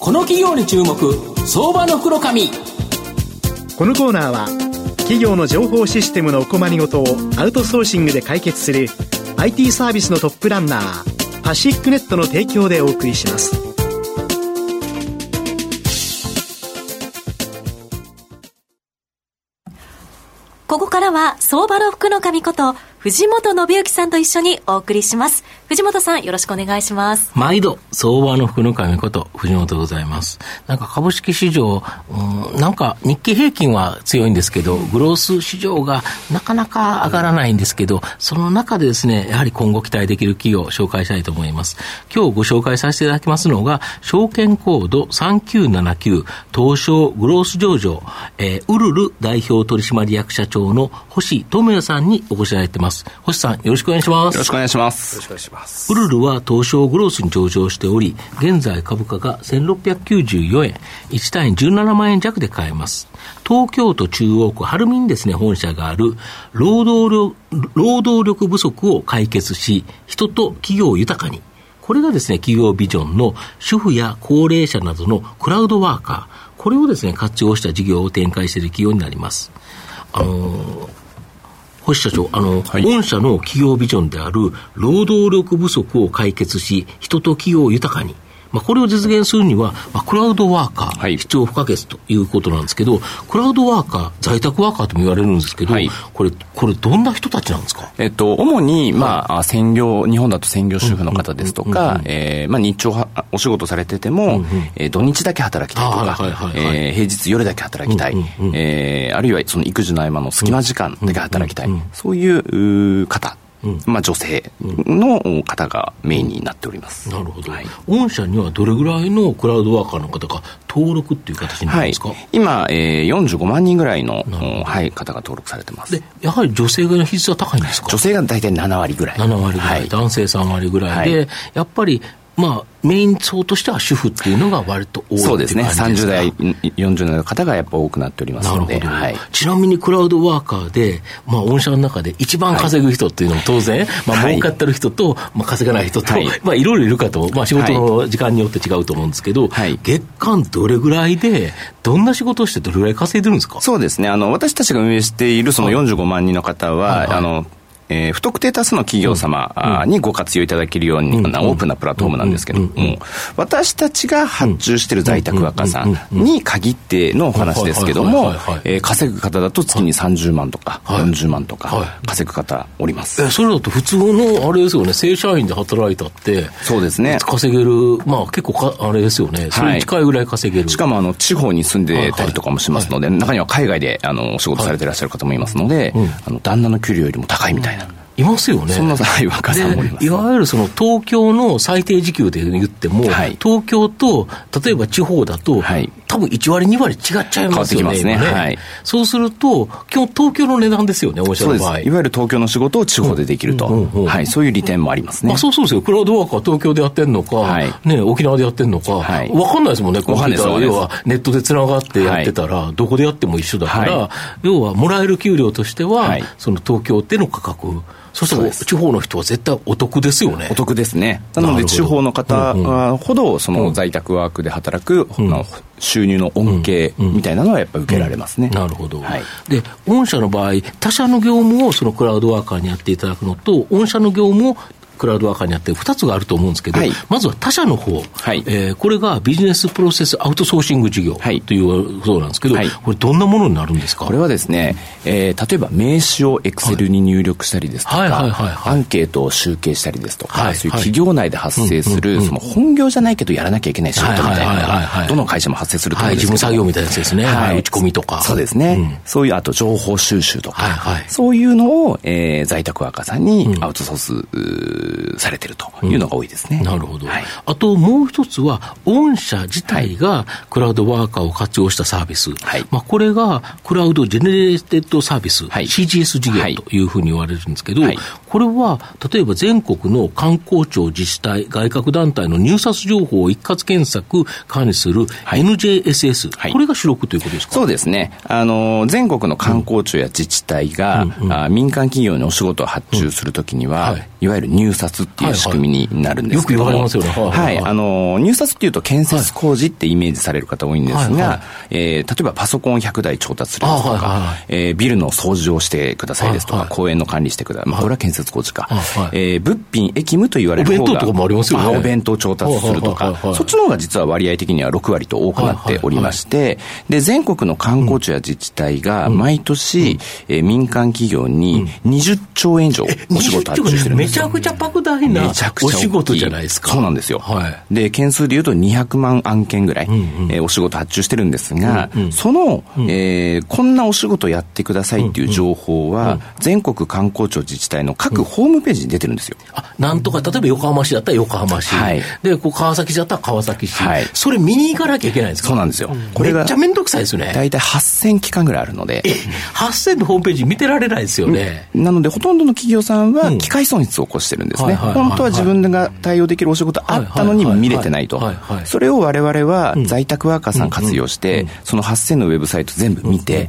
この企業に注目、相場の袋紙。 このコーナーは企業の情報システムのお困りごとをアウトソーシングで解決する IT サービスのトップランナーパシックネットの提供でお送りします。 ここからは相場の福の神こと藤本信之さんと一緒にお送りします。藤本さん、よろしくお願いします。 毎度相場の福の神こと藤本でございます。なんか株式市場、なんか日経平均は強いんですけど、グロース市場がなかなか上がらないんですけど、その中でですね、やはり今後期待できる企業を紹介したいと思います。今日ご紹介させていただきますのが、証券コード3979東証グロース上場、ウルル代表取締役社長の星智也さんにお越しいただいています。星さん、よろしくお願いします。 よろしくお願いします。 よろしくお願いします。 ウルルは東証グロースに上場しており、現在株価が1694円、1単位17万円弱で買えます。東京都中央区晴海にですね、本社がある労働力不足を解決し、人と企業を豊かに。これがですね、企業ビジョンの主婦や高齢者などのクラウドワーカー、これをですね、活用した事業を展開している企業になります。星社長、御社の企業ビジョンである労働力不足を解決し、人と企業を豊かに、これを実現するには、クラウドワーカー、必要不可欠ということなんですけど、クラウドワーカー、在宅ワーカーとも言われるんですけど、これどんな人たちなんですか？ 主に、専業、日本だと専業主婦の方ですとか、日中お仕事されてても、土日だけ働きたいとか、平日夜だけ働きたい、あるいはその育児の合間の隙間時間だけ働きたい、そういう方、女性の方がメインになっております。 なるほど。御社にはどれぐらいのクラウドワーカーの方が登録っていう形になるんですか？ 今、45万人ぐらいの、方が登録されてます。 で、やはり女性の比率は高いんですか？ 女性が大体7割ぐらい。 7割ぐらい。男性3割ぐらいで、やっぱりメイン層としては主婦っていうのが割と多い。 そうですね。30代、40代の方がやっぱ多くなっておりますので。 ちなみにクラウドワーカーで、御社の中で一番稼ぐ人っていうのも当然、儲かってる人と、稼がない人と、いろいろいるかと、仕事の時間によって違うと思うんですけど、月間どれぐらいで、どんな仕事をしてどれぐらい稼いでるんですか？ そうですね。私たちが運営しているその45万人の方は、不特定多数の企業様にご活用いただけるようなオープンなプラットフォームなんですけども、私たちが発注している在宅ワーカーさんに限ってのお話ですけども、稼ぐ方だと月に30万とか40万とか稼ぐ方おります。 それだと普通のあれですよね、正社員で働いたってそうですね、 稼げる、結構あれですよね、それに近いぐらい稼げる。 しかも地方に住んでたりとかもしますので、中には海外でお仕事されていらっしゃる方もいますので、旦那の給料よりも高いみたいな、 いますよね。 そんな若さんもいます。 いわゆるその東京の最低時給で言っても、東京と例えば地方だと、多分1割2割違っちゃいますよね。 変わってきますね。 そうすると今日東京の値段ですよね、御社の場合。 そうです。いわゆる東京の仕事を地方でできると、そういう利点もありますね。 そうですよ。クラウドワーカー東京でやってんのか、沖縄でやってんのか、分かんないですもんね。コンピューター要はネットでつながってやってたら、どこでやっても一緒だから、要はもらえる給料としては、その東京っての価格、そして地方の人は絶対お得ですよね。 お得ですね。なので地方の方ほどその在宅ワークで働く収入の恩恵みたいなのはやっぱり受けられますね。 なるほど。で、御社の場合、他社の業務をそのクラウドワーカーにやっていただくのと、御社の業務をクラウドワーカーにやって2つがあると思うんですけど、まずは他社の方、これがビジネスプロセスアウトソーシング事業ということなんですけど、これどんなものになるんですか？ これはですね、例えば名刺をエクセルに入力したりですとか、アンケートを集計したりですとか、そういう企業内で発生する、その本業じゃないけどやらなきゃいけない仕事みたいなのがどの会社も発生すると思うんですけど、 事務作業みたいなやつですね。打ち込みとか。 そうですね。そういうあと情報収集とか、そういうのを在宅ワーカーさんにアウトソースされてるというのが多いですね。 なるほど。あともう一つは御社自体がクラウドワーカーを活用したサービス、これがクラウドジェネレーテッドサービス、CGS 事業というふうに言われるんですけど、ここれは例えば全国の観光庁、自治体、外郭団体の入札情報を一括検索管理する NJSS、はい、これが主力ということですか？ そうですね。全国の観光庁や自治体が、民間企業にお仕事を発注するときには、はい、いわゆる入札っていう仕組みになるんですけども、 よく言われますよね。 はい、入札っていうと建設工事ってイメージされる方多いんですが、例えばパソコン100台調達するですとか、ビルの掃除をしてくださいですとか、公園の管理してください。これは建設工事か。物品役務と言われる方が、 お弁当とかもありますよね。 お弁当調達するとか、そっちの方が実は割合的には6割と多くなっておりまして、で、全国の観光庁や自治体が毎年、民間企業に20兆円以上お仕事発注してるんですよ。 めちゃくちゃ莫大なお仕事じゃないですか。 そうなんですよ。で、件数でいうと200万案件ぐらい、お仕事発注してるんですが、その、こんなお仕事やってくださいっていう情報は、全国観光庁自治体の各ホームページに出てるんですよ。 なんとか、例えば横浜市だったら横浜市。で、川崎市だったら川崎市。それ見に行かなきゃいけないんですか？ そうなんですよ。これがめっちゃめんどくさいですよね。 だいたい8000機関ぐらいあるので。 8000のホームページ見てられないですよね。 なので、ほとんどの企業さんは機械損失を起こしてるんですね。本当は自分が対応できるお仕事あったのに見れてないと。それを我々は在宅ワーカーさん活用して、その8000のウェブサイト全部見て、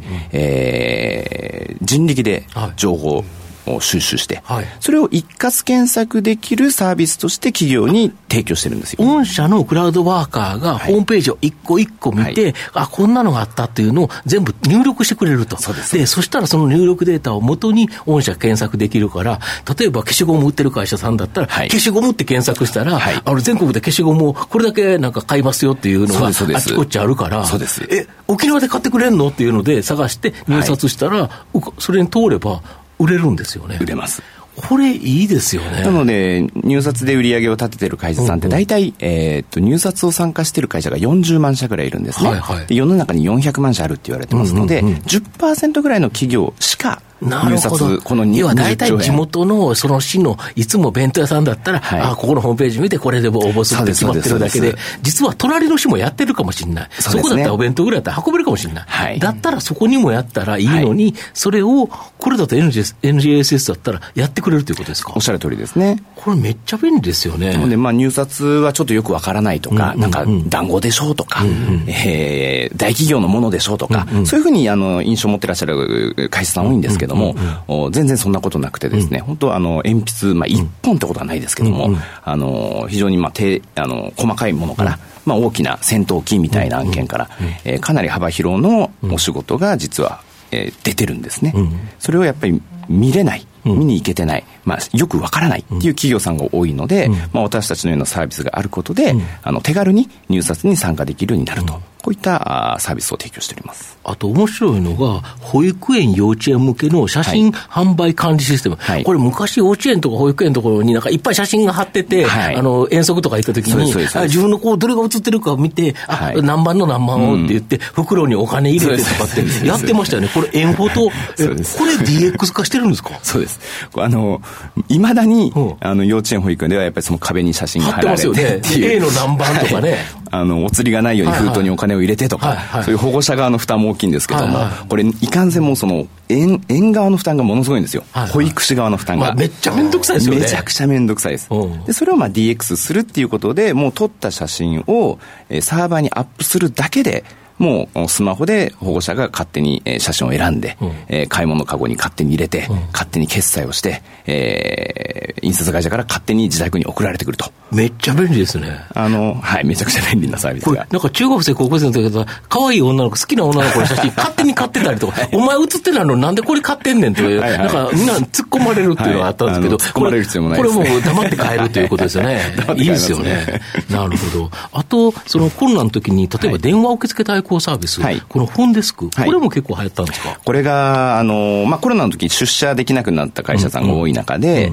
人力で情報を収集して、それを一括検索できるサービスとして企業に提供してるんですよ。 御社のクラウドワーカーがホームページを一個一個見て、こんなのがあったっていうのを全部入力してくれると。で、そしたらその入力データを元に御社検索できるから、例えば消しゴム売ってる会社さんだったら、消しゴムって検索したら、全国で消しゴムをこれだけなんか買いますよっていうのがあちこっちあるから、沖縄で買ってくれんのっていうので探して入札したら、それに通れば売れるんですよね。 売れます。 これいいですよね。 なので入札で売り上げを立ててる会社さんって大体、入札を参加してる会社が40万社ぐらいいるんですね。で、世の中に400万社あるって言われてますので、10% ぐらいの企業しか入札、この要は大体地元のその市のいつも弁当屋さんだったら、ここのホームページ見てこれでも応募するって決まってるだけで、実は隣の市もやってるかもしれない。そこだったらお弁当ぐらいだったら運べるかもしれない。だったらそこにもやったらいいのに、それをこれだと NJSS だったらやってくれるということですか？ おっしゃる通りですね。 これめっちゃ便利ですよね。 で、入札はちょっとよくわからないとか、なんか談合でしょうとか、大企業のものでしょうとか、そういうふうに印象を持ってらっしゃる会社さん多いんですけども、全然そんなことなくてですね、本当鉛筆、1本ってことはないですけども、非常に細かいものから、大きな戦闘機みたいな案件から、かなり幅広のお仕事が実は、出てるんですね。それをやっぱり見れない。見に行けてない、よくわからないっていう企業さんが多いので、私たちのようなサービスがあることで、手軽に入札に参加できるようになると。こういったサービスを提供しております。 あと面白いのが、保育園、幼稚園向けの写真販売管理システム。これ昔幼稚園とか保育園のところになんかいっぱい写真が貼ってて、遠足とか行った時に、自分の子どれが写ってるかを見て、何番の何番をって言って、袋にお金入れてとかってやってましたよね。これ円フォト、これ DX 化してるんですか？ そうです。いまだに、幼稚園保育園ではやっぱりその壁に写真が貼られてっていう。 A の何番とかね。 お釣りがないように封筒にお金を入れてとか、そういう保護者側の負担も大きいんですけども、これいかんせんもその園側の負担がものすごいんですよ。保育士側の負担が。 めっちゃめんどくさいですよね。 めちゃくちゃめんどくさいです。で、それをDX するっていうことで、もう撮った写真をサーバーにアップするだけで、もうスマホで保護者が勝手に写真を選んで、買い物カゴに勝手に入れて、勝手に決済をして、印刷会社から勝手に自宅に送られてくると。 めっちゃ便利ですね。 めちゃくちゃ便利なサービスが。 なんか中学生高校生の時だと可愛い女の子好きな女の子の写真勝手に買ってたりとかお前写ってないのなんでこれ買ってんねんというなんかみんな突っ込まれるっていうのがあったんですけど、 突っ込まれる必要もないですね。 これもう黙って買えるということですよね。いいですよね。なるほど。あとそのコロナの時に例えば電話受付代行サービス、このフォンデスク、これも結構流行ったんですか？ これがコロナの時出社できなくなった会社さんが多い中で、でも会社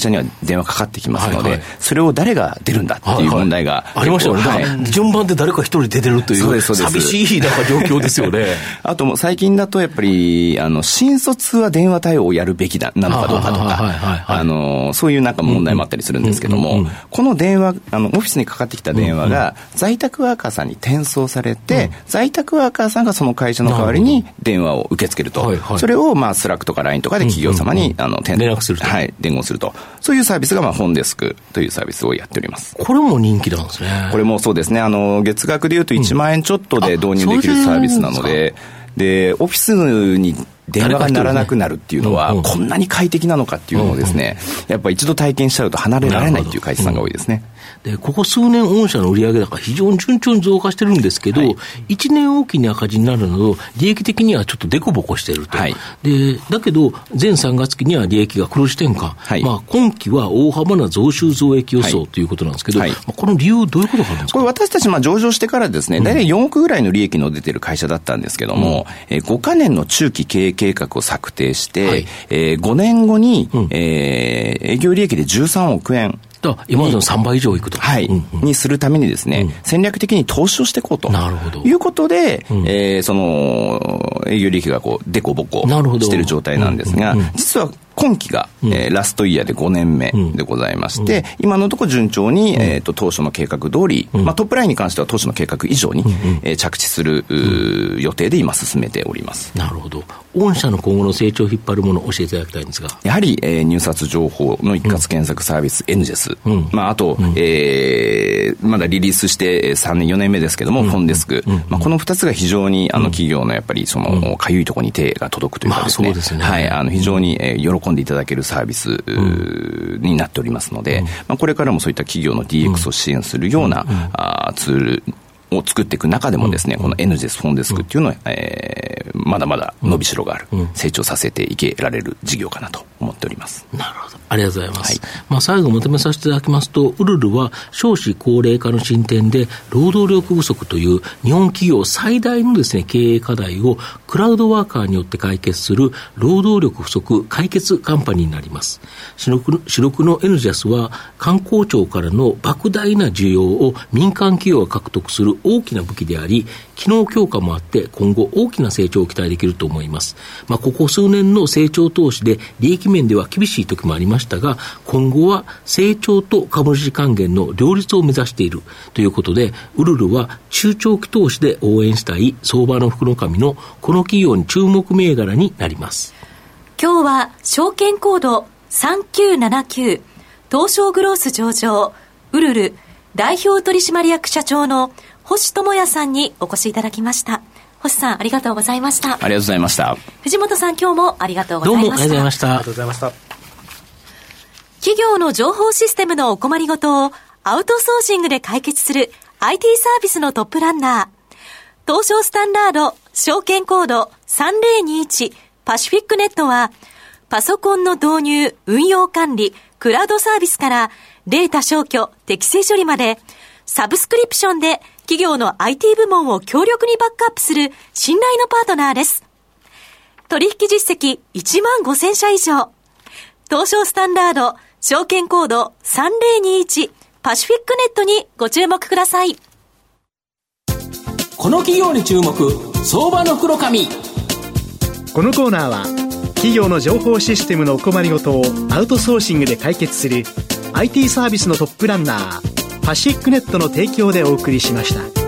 社には電話かかってきますので、それを誰が出るんだっていう問題が、 ありましたよね。順番で誰か一人出てるという寂しいなんか状況ですよね。 あと最近だとやっぱり新卒は電話対応をやるべきなのかどうかとか、そういうなんか問題もあったりするんですけども、この電話オフィスにかかってきた電話が在宅ワーカーさんに転送されて、在宅ワーカーさんがその会社の代わりに電話を受け付けると、それをスラックとか LINE とかで企業様に連絡すると、伝言すると、そういうサービスがホンデスクというサービスをやっております。 これも人気なんですね。 これもそうですね。月額でいうと1万円ちょっとで導入できるサービスなので、オフィスに電話が鳴らなくなるっていうのは、こんなに快適なのかっていうのをですね、やっぱ一度体験しちゃうと離れられないっていう会社さんが多いですね。 でここ数年御社の売上高非常に順調に増加してるんですけど、1年おきに赤字になるなど利益的にはちょっとデコボコしていると、でだけど前3月期には利益が黒字転換、今期は大幅な増収増益予想ということなんですけど、この理由どういうことがあるんですか。 これ私たち上場してからですね、大体4億ぐらいの利益の出てる会社だったんですけども、5カ年の中期経営計画を策定して、5年後に、営業利益で13億円今までの3倍以上いくと、 にするためにですね、戦略的に投資をしていこうということで、その営業利益がデコボコしている状態なんですが、実は今期が、ラストイヤーで5年目でございまして、今のところ順調に、当初の計画通り、トップラインに関しては当初の計画以上に、着地する、予定で今進めております。 なるほど。御社の今後の成長を引っ張るものを教えていただきたいんですが、 やはり、入札情報の一括検索サービス、エヌジェス、あと、まだリリースして3年4年目ですけども、フォンデスク、この2つが非常に企業のやっぱりそのかゆいところに手が届くというかですね、非常に喜んでいただけるサービスになっておりますので、これからもそういった企業の DX を支援するようなツールを作っていく中でもですね、この NGS フォンデスクっていうのは、まだまだ伸びしろがある、成長させていけられる事業かなと思っております。 なるほど、ありがとうございます。最後まとめさせていただきますと、ウルルは少子高齢化の進展で労働力不足という日本企業最大のですね経営課題をクラウドワーカーによって解決する労働力不足解決カンパニーになります。主力の NGS は観光庁からの莫大な需要を民間企業が獲得する大きな武器であり、機能強化もあって今後大きな成長を期待できると思います。ここ数年の成長投資で利益面では厳しい時もありましたが、今後は成長と株主還元の両立を目指しているということで、ウルルは中長期投資で応援したい相場の福の神のこの企業に注目銘柄になります。 今日は証券コード3979東証グロース上場ウルル代表取締役社長の星智也さんにお越しいただきました。星さん、ありがとうございました。 ありがとうございました。 藤本さん、今日もありがとうございました。 どうもありがとうございました。 ありがとうございました。 企業の情報システムのお困りごとをアウトソーシングで解決する IT サービスのトップランナー、東証スタンダード証券コード3021パシフィックネットは、パソコンの導入、運用管理、クラウドサービスからデータ消去、適正処理まで、サブスクリプションで企業の IT 部門を強力にバックアップする信頼のパートナーです。取引実績15,000社以上。東証スタンダード証券コード3021パシフィックネットにご注目ください。 この企業に注目、相場の福の神。 このコーナーは企業の情報システムのお困りごとをアウトソーシングで解決する IT サービスのトップランナーパシフィックネットの提供でお送りしました。